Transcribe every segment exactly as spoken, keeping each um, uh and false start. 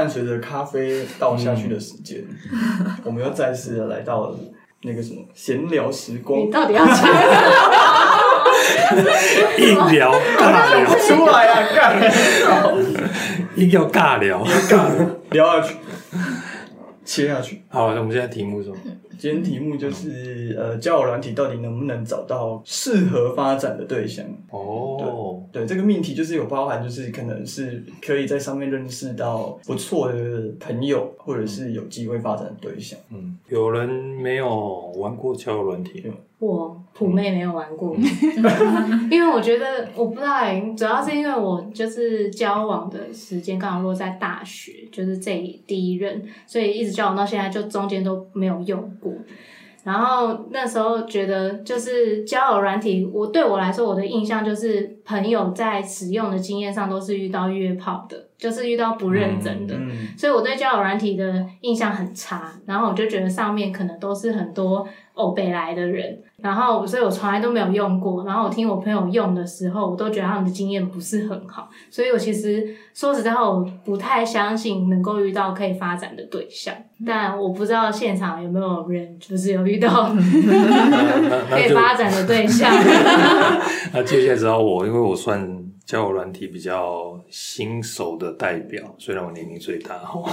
伴随着咖啡倒下去的时间，嗯、我们又再次的来到了那个什么闲聊时光。 你到底要讲？ 硬聊尬聊出来啊，干！ 硬要尬聊， 尬聊下去，切下去。 好，那我们现在题目是什么？ 今天题目就是呃，交友软体到底能不能找到适合发展的对象？ 哦， 对，对，这个命题就是有包含，就是可能是可以在上面认识到不错的朋友，或者是有机会发展的对象。 嗯，有人没有玩过交友软体？ 我普妹没有玩过，因为我觉得我不知道欸，主要是因为我就是交往的时间刚好落在大学，就是这第一任，所以一直交往到现在，就中间都没有用过。然后那时候觉得就是交友软体，我对我来说，我的印象就是朋友在使用的经验上都是遇到约炮的，就是遇到不认真的， 嗯嗯、 所以我对交友软体的印象很差。然后我就觉得上面可能都是很多欧北来的人，然后所以我从来都没有用过。然后我听我朋友用的时候，我都觉得他们的经验不是很好，所以我其实说实在话，我不太相信能够遇到可以发展的对象。但我不知道现场有没有人就是有遇到可以发展的对象。 那接下来知道我，因为我算交友软体比较新手的代表，虽然我年龄最大，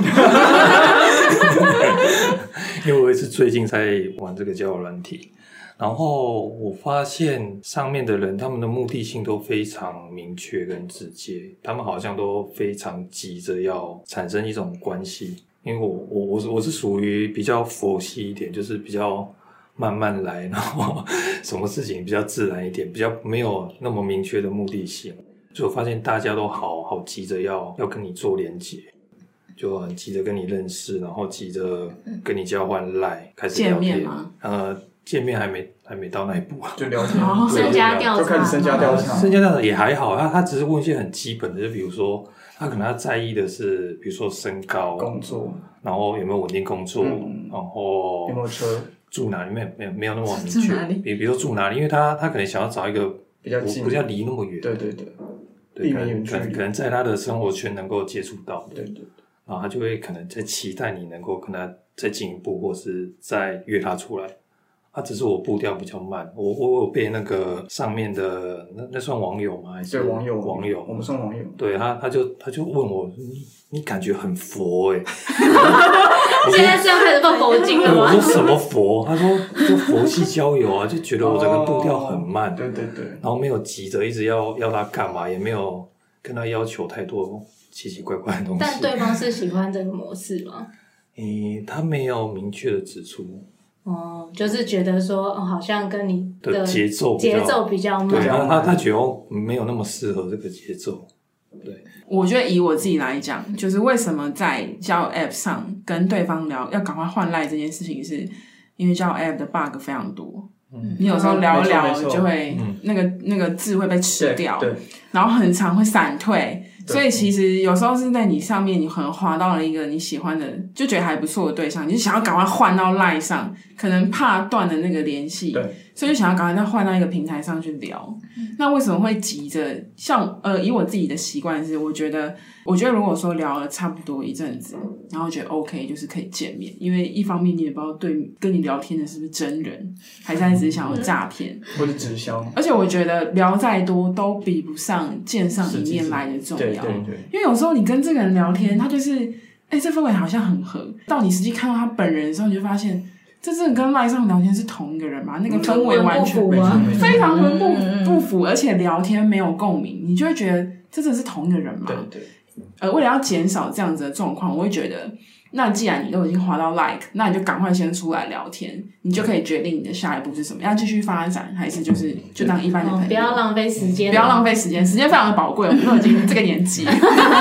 因为我也是最近才玩这个交友软体。然后我发现上面的人他们的目的性都非常明确跟直接，他们好像都非常急着要产生一种关系。因为我我我是我是属于比较佛系一点，就是比较慢慢来，然后什么事情比较自然一点，比较没有那么明确的目的性。就我发现大家都好好急着要要跟你做连结，就很急着跟你认识，然后急着跟你交换 LINE 开始聊天。 见面吗？ 呃，见面还没还没到那一步啊， 就聊天， 哦，身家调查， 就开始身家调查， 身家调查也还好，他他只是问一些很基本的，就比如说他可能他在意的是，比如说身高、 工作， 然后有没有稳定工作， 嗯、 然后有没有车， 住哪里，没有没有没有那么明确，比比如说住哪里，因为他他可能想要找一个比较近， 不要离那么远， 对对对， 对，避免远距离，可能在他的生活圈能够接触到的， 对对对， 然后他就会可能在期待你能够跟他再进一步，或是再约他出来。啊，只是我步调比较慢，我我有被那个上面的那那算网友吗？还是对网友网友？ 我们算网友。 对他，他就他就问我，你你感觉很佛哎、欸， 现在是要开始放佛经了吗？ 我说什么佛？他说就佛系交友啊，就觉得我这个步调很慢， 哦、对对对， 然后没有急着一直要要他干嘛，也没有跟他要求太多奇奇怪怪的东西。 但对方是喜欢这个模式吗？ 诶，他没有明确的指出。 哦，就是觉得说，哦，好像跟你的节奏节奏比较慢， 对，然后他他觉得没有那么适合这个节奏。对， 我觉得以我自己来讲，就是为什么在交友 App 上跟对方聊要赶快换赖这件事情，是因为交友 App 的 bug 非常多。嗯，你有时候聊一聊就会、嗯、那个那个字会被吃掉， 对，对， 然后很常会闪退。所以其实有时候是在你上面，你可能滑到了一个你喜欢的，就觉得还不错的对象，你就想要赶快换到 LINE 上，可能怕断了那个联系， 对， 所以就想要赶快再换到一个平台上去聊。嗯、那为什么会急着？像呃，以我自己的习惯是，我觉得，我觉得如果说聊了差不多一阵子，然后觉得 OK， 就是可以见面，因为一方面你也不知道对跟你聊天的是不是真人，还是他只是想要诈骗、嗯、 或者直销。 而且我觉得聊再多都比不上见上一面来的重要。 对对对， 因为有时候你跟这个人聊天，他就是哎、欸，这氛围好像很合，到你实际看到他本人的时候，你就发现这真的跟赖上聊天是同一个人嘛？那个氛围完全非常魂不不符，而且聊天没有共鸣，你就会觉得这真的是同一个人嘛？ 对对。 呃，为了要减少这样子的状况，我会觉得，那既然你都已经滑到 like， 那你就赶快先出来聊天，你就可以决定你的下一步是什么，要继续发展，还是就是就当一般的朋友，哦、 不要浪费时间， 不要浪费时间，时间非常的宝贵，我们都已经这个年纪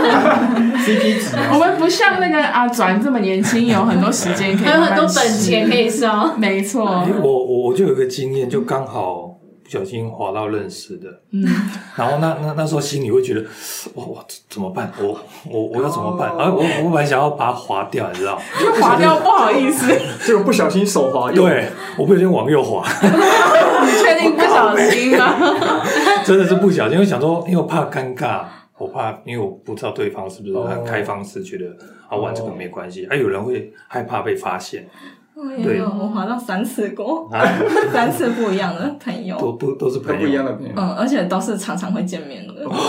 ，C P 值， 我们不像那个阿转这么年轻，有很多时间可以， 还有很多本钱可以收， 没错。 我我我就有一个经验，就刚好。不小心滑到认识的，嗯，然后那那那时候心里会觉得，哇哇怎么办？我我我要怎么办？然后、哦、我我本来想要把它滑掉，你知道， 就滑掉不好意思， 结果不小心手滑右， 对，我不小心往右滑。 你确定不小心吗？ 真的是不小心，因为想说，因为我怕尴尬， 我怕，因为我不知道对方是不是很开放式，觉得啊玩这个没关系，啊有人会害怕被发现。 我也有，我滑到三次过，啊、三次不一样的朋友， 都不都是朋友， 不一样的朋友， 嗯，而且都是常常会见面的。哦、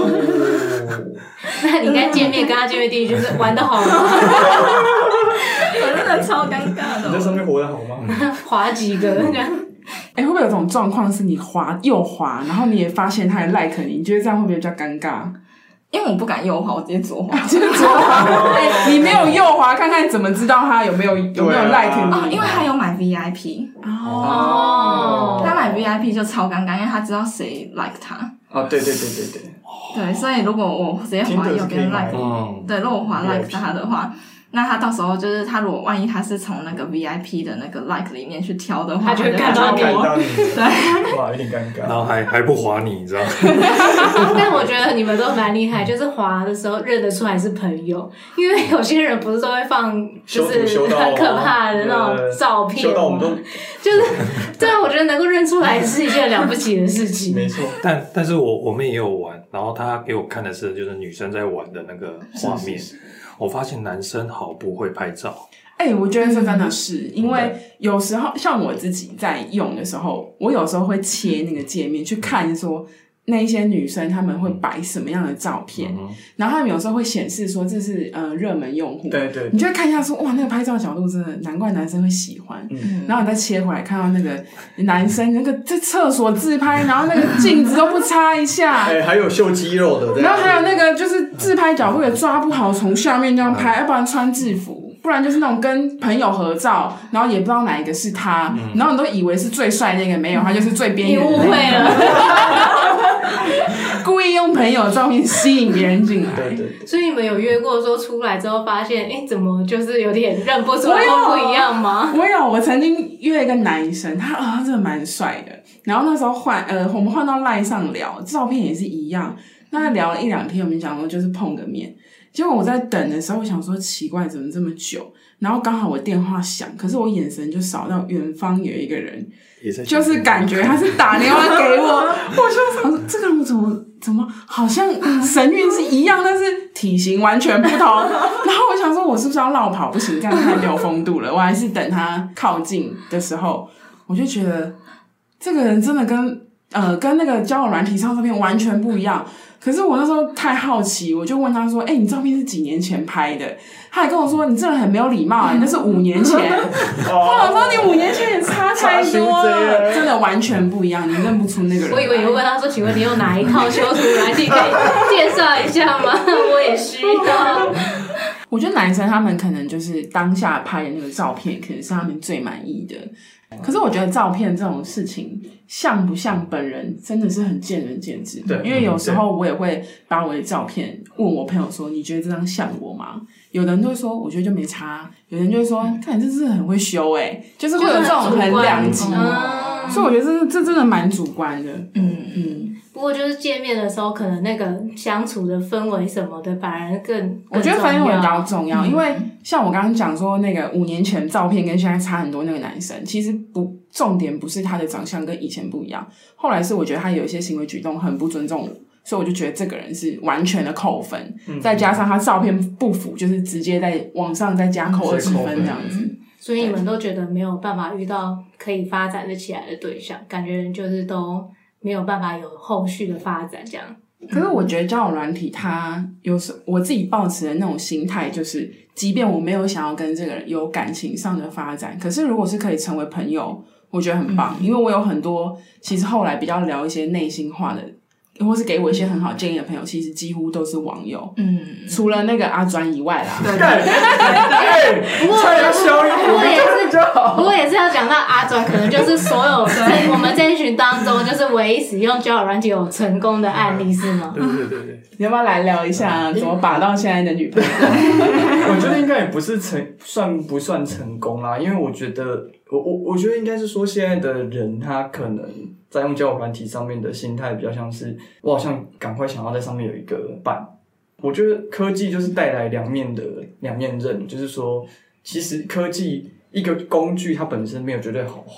那你跟见面跟他见面第一句是玩得好吗？ 我真的超尴尬的。 你在上面活得好吗？ 滑几个这样。 哎、欸，会不会有种状况是你滑右滑，然后你也发现他也 like 你，你觉得这样会不会比较尴尬？ 因为我不敢右滑，我直接左滑。 直接左滑，欸、你没有右滑，看看怎么知道他有没有有没有 like 你？ 哦，因为他有买 V I P 哦， 他买 V I P 就超尴尬，因为他知道谁 like 他。 哦，对对对对对。 对，所以如果我直接滑右边 like， 嗯、 对，如果我滑 like 他的话。那他到时候就是他，如果万一他是从那个 V I P 的那个 like 里面去挑的话， 他就会看到你， 对， 哇，有点尴尬。 然后还还不滑你，你知道吗？ 但我觉得你们都蛮厉害，就是滑的时候认得出来是朋友，因为有些人不是都会放就是很可怕的那种照片， 修到我们都就是对啊，我觉得能够认出来是一件了不起的事情。 没错， 但但是我我们也有玩，然后他给我看的是就是女生在玩的那个画面。是是是，我发现男生好不会拍照。 哎、欸，我觉得这真的是，因为有时候像我自己在用的时候，我有时候会切那个界面去看说那一些女生她们会摆什么样的照片，嗯、然后他们有时候会显示说这是呃热门用户， 对 对, 对， 你就会看一下说哇那个拍照角度真的难怪男生会喜欢，嗯、然后你再切回来看到那个男生那个在厕所自拍，然后那个镜子都不擦一下， 哎、欸，还有秀肌肉的， 然后还有那个就是自拍角度也抓不好，从下面这样拍，要不然穿制服。不然就是那种跟朋友合照，然后也不知道哪一个是他，嗯、然后你都以为是最帅那个，没有，他就是最边缘的那个。 你误会了， 故意用朋友的照片吸引别人进来。 对对对。 所以你们有约过说出来之后发现，哎，怎么就是有点认不出来或不一样吗？ 我有，我曾经约一个男生，他啊、哦、真的蛮帅的。然后那时候换呃，我们换到 LINE 上聊，照片也是一样。那聊了一两天，我们讲说就是碰个面。结果我在等的时候，我想说奇怪，怎么这么久？然后刚好我电话响，可是我眼神就扫到远方有一个人，就是感觉他是打电话给我，我就想说这个人怎么怎么好像神韵是一样，但是体型完全不同。然后我想说，我是不是要绕跑？不行，这样太没有风度了。我还是等他靠近的时候，我就觉得这个人真的跟呃跟那个交友软体上照片完全不一样。可是我那时候太好奇，我就问他说：“哎、欸，你照片是几年前拍的？”他还跟我说：“你这人很没有礼貌啊、欸，那是五年前。”我说：“你五年前也差太多了，真的完全不一样，你认不出那个人。” 我以为你会问他说：“请问你用哪一套修图软体可以介绍一下吗？我也需要。” 我觉得男生他们可能就是当下拍的那个照片，可能是他们最满意的。可是我觉得照片这种事情像不像本人真的是很见仁见智。 对， 因为有时候我也会把我的照片问我朋友说：“你觉得这张像我吗？”有的人就会说：“我觉得就没差。”有人就会说：“看你这真的很会修哎、欸，就是会有这种很两极。嗯”所以我觉得这这真的蛮主观的。嗯嗯。 不过就是见面的时候，可能那个相处的氛围什么的，反而更, 更我觉得氛围比较重要，嗯、因为像我刚刚讲说那个五年前照片跟现在差很多那个男生，其实不重点不是他的长相跟以前不一样，后来是我觉得他有一些行为举动很不尊重我，所以我就觉得这个人是完全的扣分，嗯、再加上他照片不符，就是直接在网上再加扣二十分这样子。嗯、 所以你们都觉得没有办法遇到可以发展的起来的对象，感觉就是都没有办法有后续的发展这样。 可是我觉得交友软体它有时我自己抱持的那种心态就是即便我没有想要跟这个人有感情上的发展，可是如果是可以成为朋友我觉得很棒。嗯、因为我有很多其实后来比较聊一些内心话的或是给我一些很好建议的朋友，其实几乎都是网友，嗯，除了那个阿专以外啦。 对对对对。不过不过也是，不过也是要讲到阿专，可能就是所有我们这一群当中，就是唯一使用交友软体有成功的案例，是吗？ 对对对对。 你要不要来聊一下怎么把到现在的女朋友？ 我觉得应该也不是成算不算成功啦，因为我觉得我我我觉得应该是说现在的人他可能在用交友软体上面的心态比较像是我好像赶快想要在上面有一个伴。我觉得科技就是带来两面的两面刃，就是说其实科技一个工具它本身没有绝对好坏，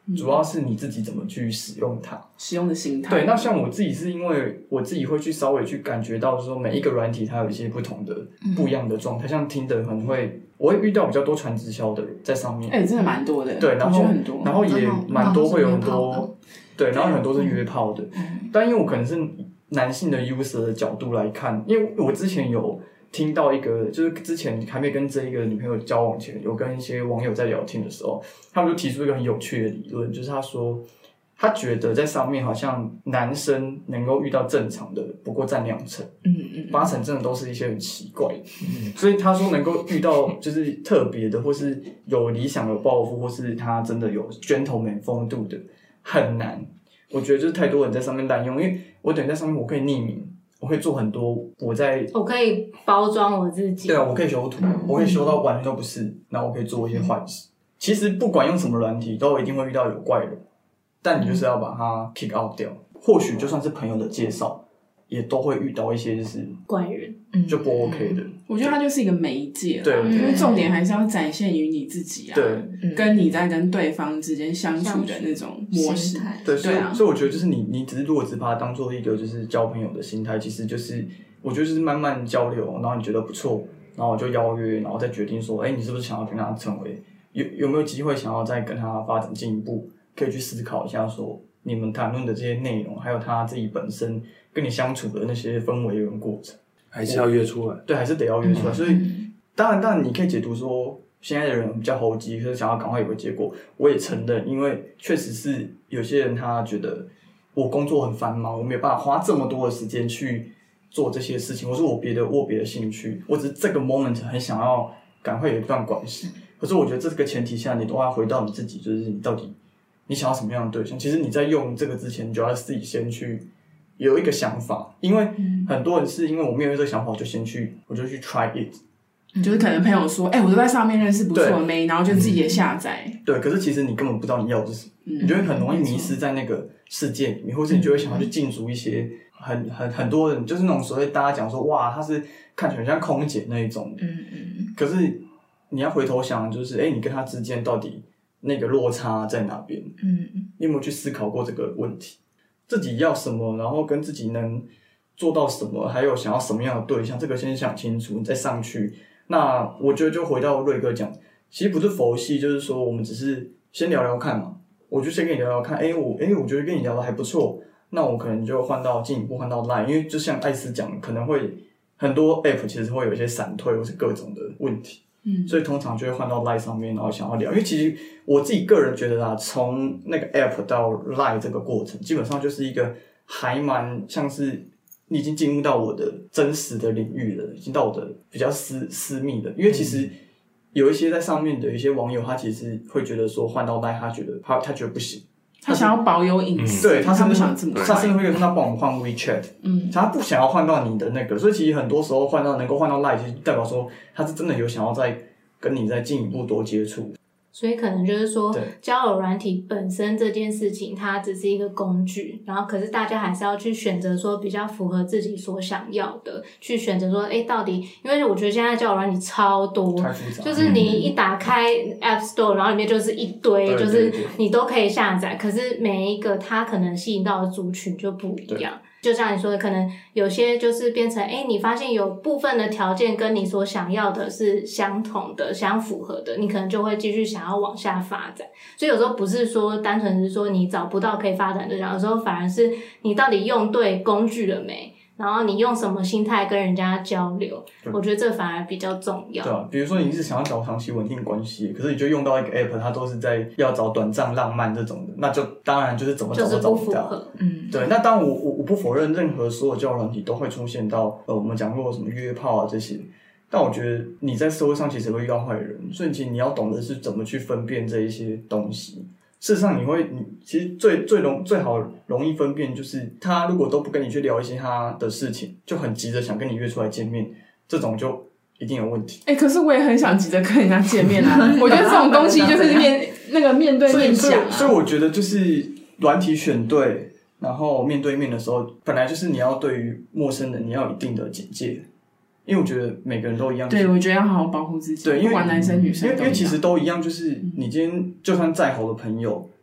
主要是你自己怎么去使用它， 使用的心态。 对，那像我自己是因为我自己会去稍微去感觉到说每一个软体它有一些不同的、嗯、不一样的状态，像Tinder可能会我会遇到比较多传直销的人在上面， 哎、欸，真的蛮多的， 对，然后很多， 然后也蛮多会有很多，对，然后很多是约炮的，嗯、但因为我可能是男性的 user 的角度来看，因为我之前有。听到一个，就是之前还没跟这一个女朋友交往前，有跟一些网友在聊天的时候，他们就提出一个很有趣的理论，就是他说，他觉得在上面好像男生能够遇到正常的，不过占两成，嗯嗯，八成真的都是一些很奇怪的，嗯，所以他说能够遇到就是特别的，或是有理想、有抱负，或是他真的有 gentleman 风度的，很难。我觉得就是太多人在上面滥用，因为我等于在上面我可以匿名。我可以做很多，我在我可以包装我自己。 对啊，我可以修图，我可以修到完全都不是，然后我可以做一些坏事。其实不管用什么软体，都一定会遇到有怪人，但你就是要把它 kick out 掉。或许就算是朋友的介绍，也都会遇到一些就是怪人， 就不 OK 的。 我觉得它就是一个媒介， 对， 因为重点还是要展现于你自己啊， 对， 跟你在跟对方之间相处的那种模式。 对，所以所以我觉得就是你你只是如果只把它当做一个就是交朋友的心态，其实就是我觉得就是慢慢交流，然后你觉得不错，然后我就邀约，然后再决定说，哎，你是不是想要跟他成为有有没有机会想要再跟他发展进一步，可以去思考一下说你们谈论的这些内容，还有他自己本身跟你相处的那些氛围跟过程， 还是要约出来。 对，还是得要约出来。嗯、所以当然，当然你可以解读说，现在的人比较猴急，可是想要赶快有个结果。我也承认，因为确实是有些人他觉得我工作很繁忙，我没有办法花这么多的时间去做这些事情，或是我别的我别的兴趣，我只是这个 moment 很想要赶快有一段关系。可是我觉得这个前提下，你都要回到你自己，就是你到底你想要什么样的对象。其实你在用这个之前，你就要自己先去有一个想法，因为很多人是因为我没有这个想法，我就先去，我就去 try it。 就是可能朋友说，哎、欸，我都在上面认识不错的妹，然后就自己也下载。 对，可是其实你根本不知道你要的是什么，嗯、你就会很容易迷失在那个世界里面，或者你就会想要去进入一些很很很多人，就是那种所谓大家讲说，哇，他是看起来像空姐那一种，嗯嗯。可是你要回头想，就是哎、欸，你跟他之间到底那个落差在哪边？嗯嗯。你有没有去思考过这个问题？自己要什么，然后跟自己能做到什么，还有想要什么样的对象，这个先想清楚，你再上去。那我觉得就回到瑞哥讲，其实不是佛系，就是说我们只是先聊聊看嘛。我就先跟你聊聊看，哎，我哎，我觉得跟你聊的还不错，那我可能就换到进一步换到 Line， 因为就像艾斯讲，可能会很多 App 其实会有一些闪退或是各种的问题，嗯，所以通常就会换到 Line 上面，然后想要聊。因为其实我自己个人觉得啦，从那个 App 到 Line 这个过程，基本上就是一个还蛮像是。你已经进入到我的真实的领域了，已经到我的比较私私密的，因为其实有一些在上面的一些网友，他其实会觉得说换到Line，他觉得他他觉得不行， 他想要保有隐私， 对，他他不想这么快， 他甚至会跟他帮我们换 WeChat， 嗯，他不想要换到你的那个，所以其实很多时候换到能够换到Line，其实代表说他是真的有想要再跟你再进一步多接触。 所以可能就是说，交友软体本身这件事情，它只是一个工具，然后可是大家还是要去选择说比较符合自己所想要的，去选择说，哎，到底，因为我觉得现在交友软体超多，就是你一打开 App Store， 然后里面就是一堆，就是你都可以下载，可是每一个它可能吸引到的族群就不一样。就像你说的，可能有些就是变成，哎，你发现有部分的条件跟你所想要的是相同的、相符合的，你可能就会继续想要往下发展。所以有时候不是说单纯是说你找不到可以发展的人，有时候反而是你到底用对工具了没，然后你用什么心态跟人家交流，我觉得这反而比较重要。 对啊，比如说你是想要找长期稳定关系，可是你就用到一个 app， 它都是在要找短暂浪漫这种的，那就当然就是怎么找都找不到。就是、嗯，对。那当然我我我不否认任何所有交友软体都会出现到呃我们讲过什么约炮啊这些，但我觉得你在社会上其实会遇到坏人，所以其实你要懂得是怎么去分辨这一些东西。事实上，你会，你其实最最容最好容易分辨，就是他如果都不跟你去聊一些他的事情，就很急着想跟你约出来见面，这种就一定有问题。 哎、欸，可是我也很想急着跟人家见面啊！我觉得这种东西就是面那个面对面讲、啊。 所以，所以我觉得就是软体选对，然后面对面的时候，本来就是你要对于陌生人你要有一定的警戒。因为我觉得每个人都一样， 对，我觉得要好好保护自己。 对，因为不管男生女生， 因为因为其实都一样，就是你今天就算再好的朋友，哎、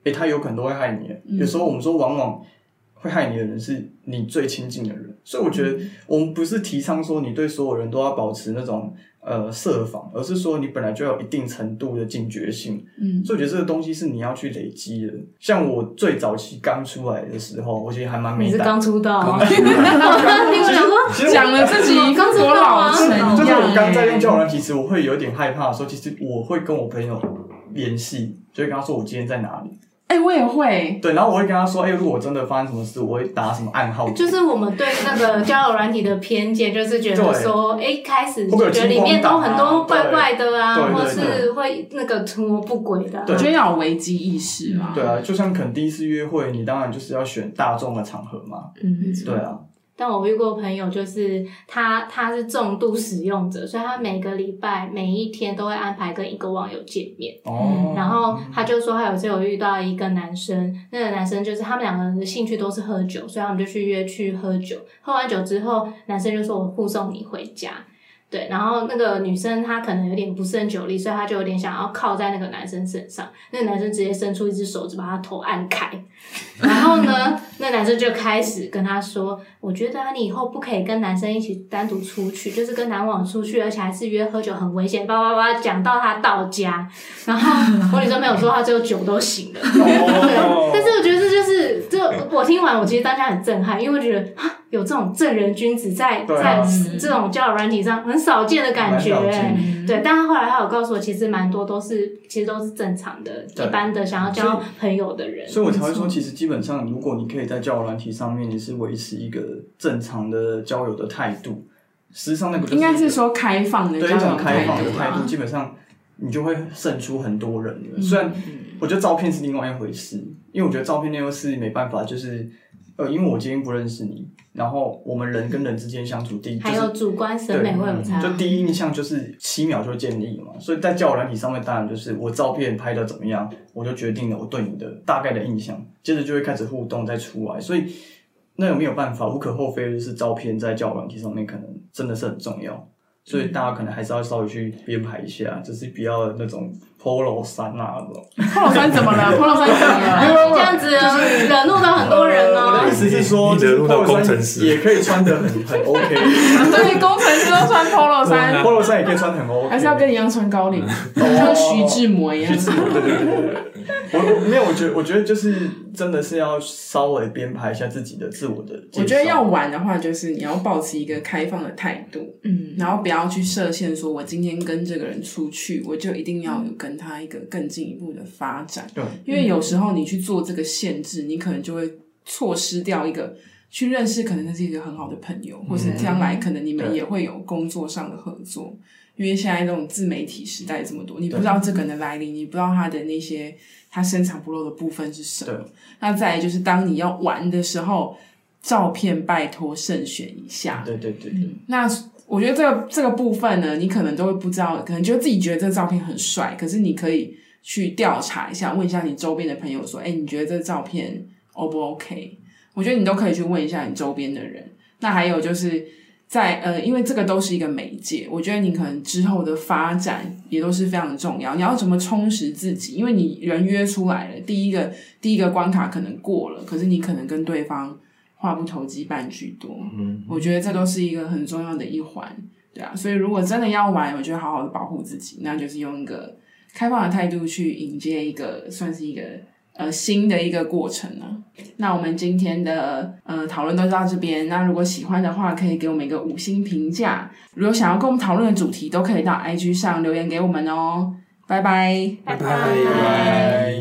诶，他有可能都会害你。嗯、有时候我们说，往往会害你的人是你最亲近的人，所以我觉得我们不是提倡说你对所有人都要保持那种呃设防，而是说你本来就要有一定程度的警觉性。嗯，所以我觉得这个东西是你要去累积的。像我最早期刚出来的时候，我其实还蛮没胆。 你是刚出道吗？ 刚出道。 你想说讲了自己刚多老成一样， 就是我刚在用交友软体，其实我会有点害怕的时候，其实我会跟我朋友联系，就会跟他说我今天在哪里。 哎、欸，我也会。 对，然后我会跟他说，哎、欸，如果我真的发生什么事，我会打什么暗号。 就是我们对那个交友软体的偏见，就是觉得说，哎、欸，开始就觉得里面都很多怪怪的啊，或是会那个图谋不轨的、啊。 我觉得要有危机意识嘛。 对啊，就像可能第一次约会，你当然就是要选大众的场合嘛。嗯，对啊。 但我遇过朋友，就是他他是重度使用者，所以他每个礼拜每一天都会安排跟一个网友见面。哦，然后他就说他有次有遇到一个男生，那个男生就是他们两个人的兴趣都是喝酒，所以他们就去约去喝酒。喝完酒之后，男生就说我护送你回家。对，然后那个女生她可能有点不胜酒力，所以她就有点想要靠在那个男生身上。那个男生直接伸出一只手指把她头按开，然后呢，那男生就开始跟她说：“我觉得啊，你以后不可以跟男生一起单独出去，就是跟男网出去，而且还是约喝酒，很危险。”叭叭叭讲到他到家，然后我女生朋友说她最后酒都醒了。对，但是我觉得这就是这我听完，我其实当下很震撼，因为我觉得有这种正人君子在、啊、在这种交友软体上很少见的感觉。对，但他后来他有告诉我，其实蛮多都是其实都是正常的一般的想要交朋友的人。 所以我才会说，其实基本上如果你可以在交友软体上面你是维持一个正常的交友的态度，实际上那个就是应该是说开放的交友态度， 对，一种开放的态度，基本上你就会胜出很多人了。嗯、虽然我觉得照片是另外一回事，因为我觉得照片那又是没办法，就是呃，因为我今天不认识你，然后我们人跟人之间相处，第一、就是、 还有主观审美会有差， 就第一印象就是七秒就建立了嘛。所以在交友软体上面，当然就是我照片拍的怎么样，我就决定了我对你的大概的印象，接着就会开始互动再出来。所以那有没有办法，无可厚非的就是照片在交友软体上面可能真的是很重要。所以大家可能还是要稍微去编排一下，就是不要那种 polo 衫啊那种。 polo 衫怎么了 ？polo 衫怎么了？ 这样子惹怒到很多人哦。 我的意思是说， 惹怒到工程师也可以穿得很很 OK。 对，工程师都穿 polo 衫 ，polo 衫也可以穿得很 OK。 还是要跟你一样穿高领，像徐志摩一样。 徐志摩，对对对对对。我我没有，我觉得我觉得就是真的是要稍微编排一下自己的自我的介绍。 我觉得要玩的话，就是你要保持一个开放的态度，嗯，然后不要去设限，说我今天跟这个人出去，我就一定要有跟他一个更进一步的发展。对，因为有时候你去做这个限制，你可能就会错失掉一个去认识可能是一个很好的朋友，或是将来可能你们也会有工作上的合作。因为现在这种自媒体时代这么多，你不知道这个人的来历，你不知道他的那些他深藏不露的部分是什么。那再来就是当你要玩的时候，照片拜托慎选一下。 对对对对、嗯。 那我觉得这个这个部分呢，你可能都会不知道，可能就自己觉得这个照片很帅，可是你可以去调查一下，问一下你周边的朋友说，哎，你觉得这个照片 O 不 OK？ 我觉得你都可以去问一下你周边的人。那还有就是在呃，因为这个都是一个媒介，我觉得你可能之后的发展也都是非常重要。你要怎么充实自己？因为你人约出来了，第一个第一个关卡可能过了，可是你可能跟对方话不投机半句多。嗯，我觉得这都是一个很重要的一环，对啊。所以如果真的要玩，我觉得好好的保护自己，那就是用一个开放的态度去迎接一个算是一个呃新的一个过程呢、啊。那我们今天的呃讨论都到这边。那如果喜欢的话，可以给我们一个五星评价。如果想要跟我们讨论的主题，都可以到 I G 上留言给我们哦。拜拜， 拜拜。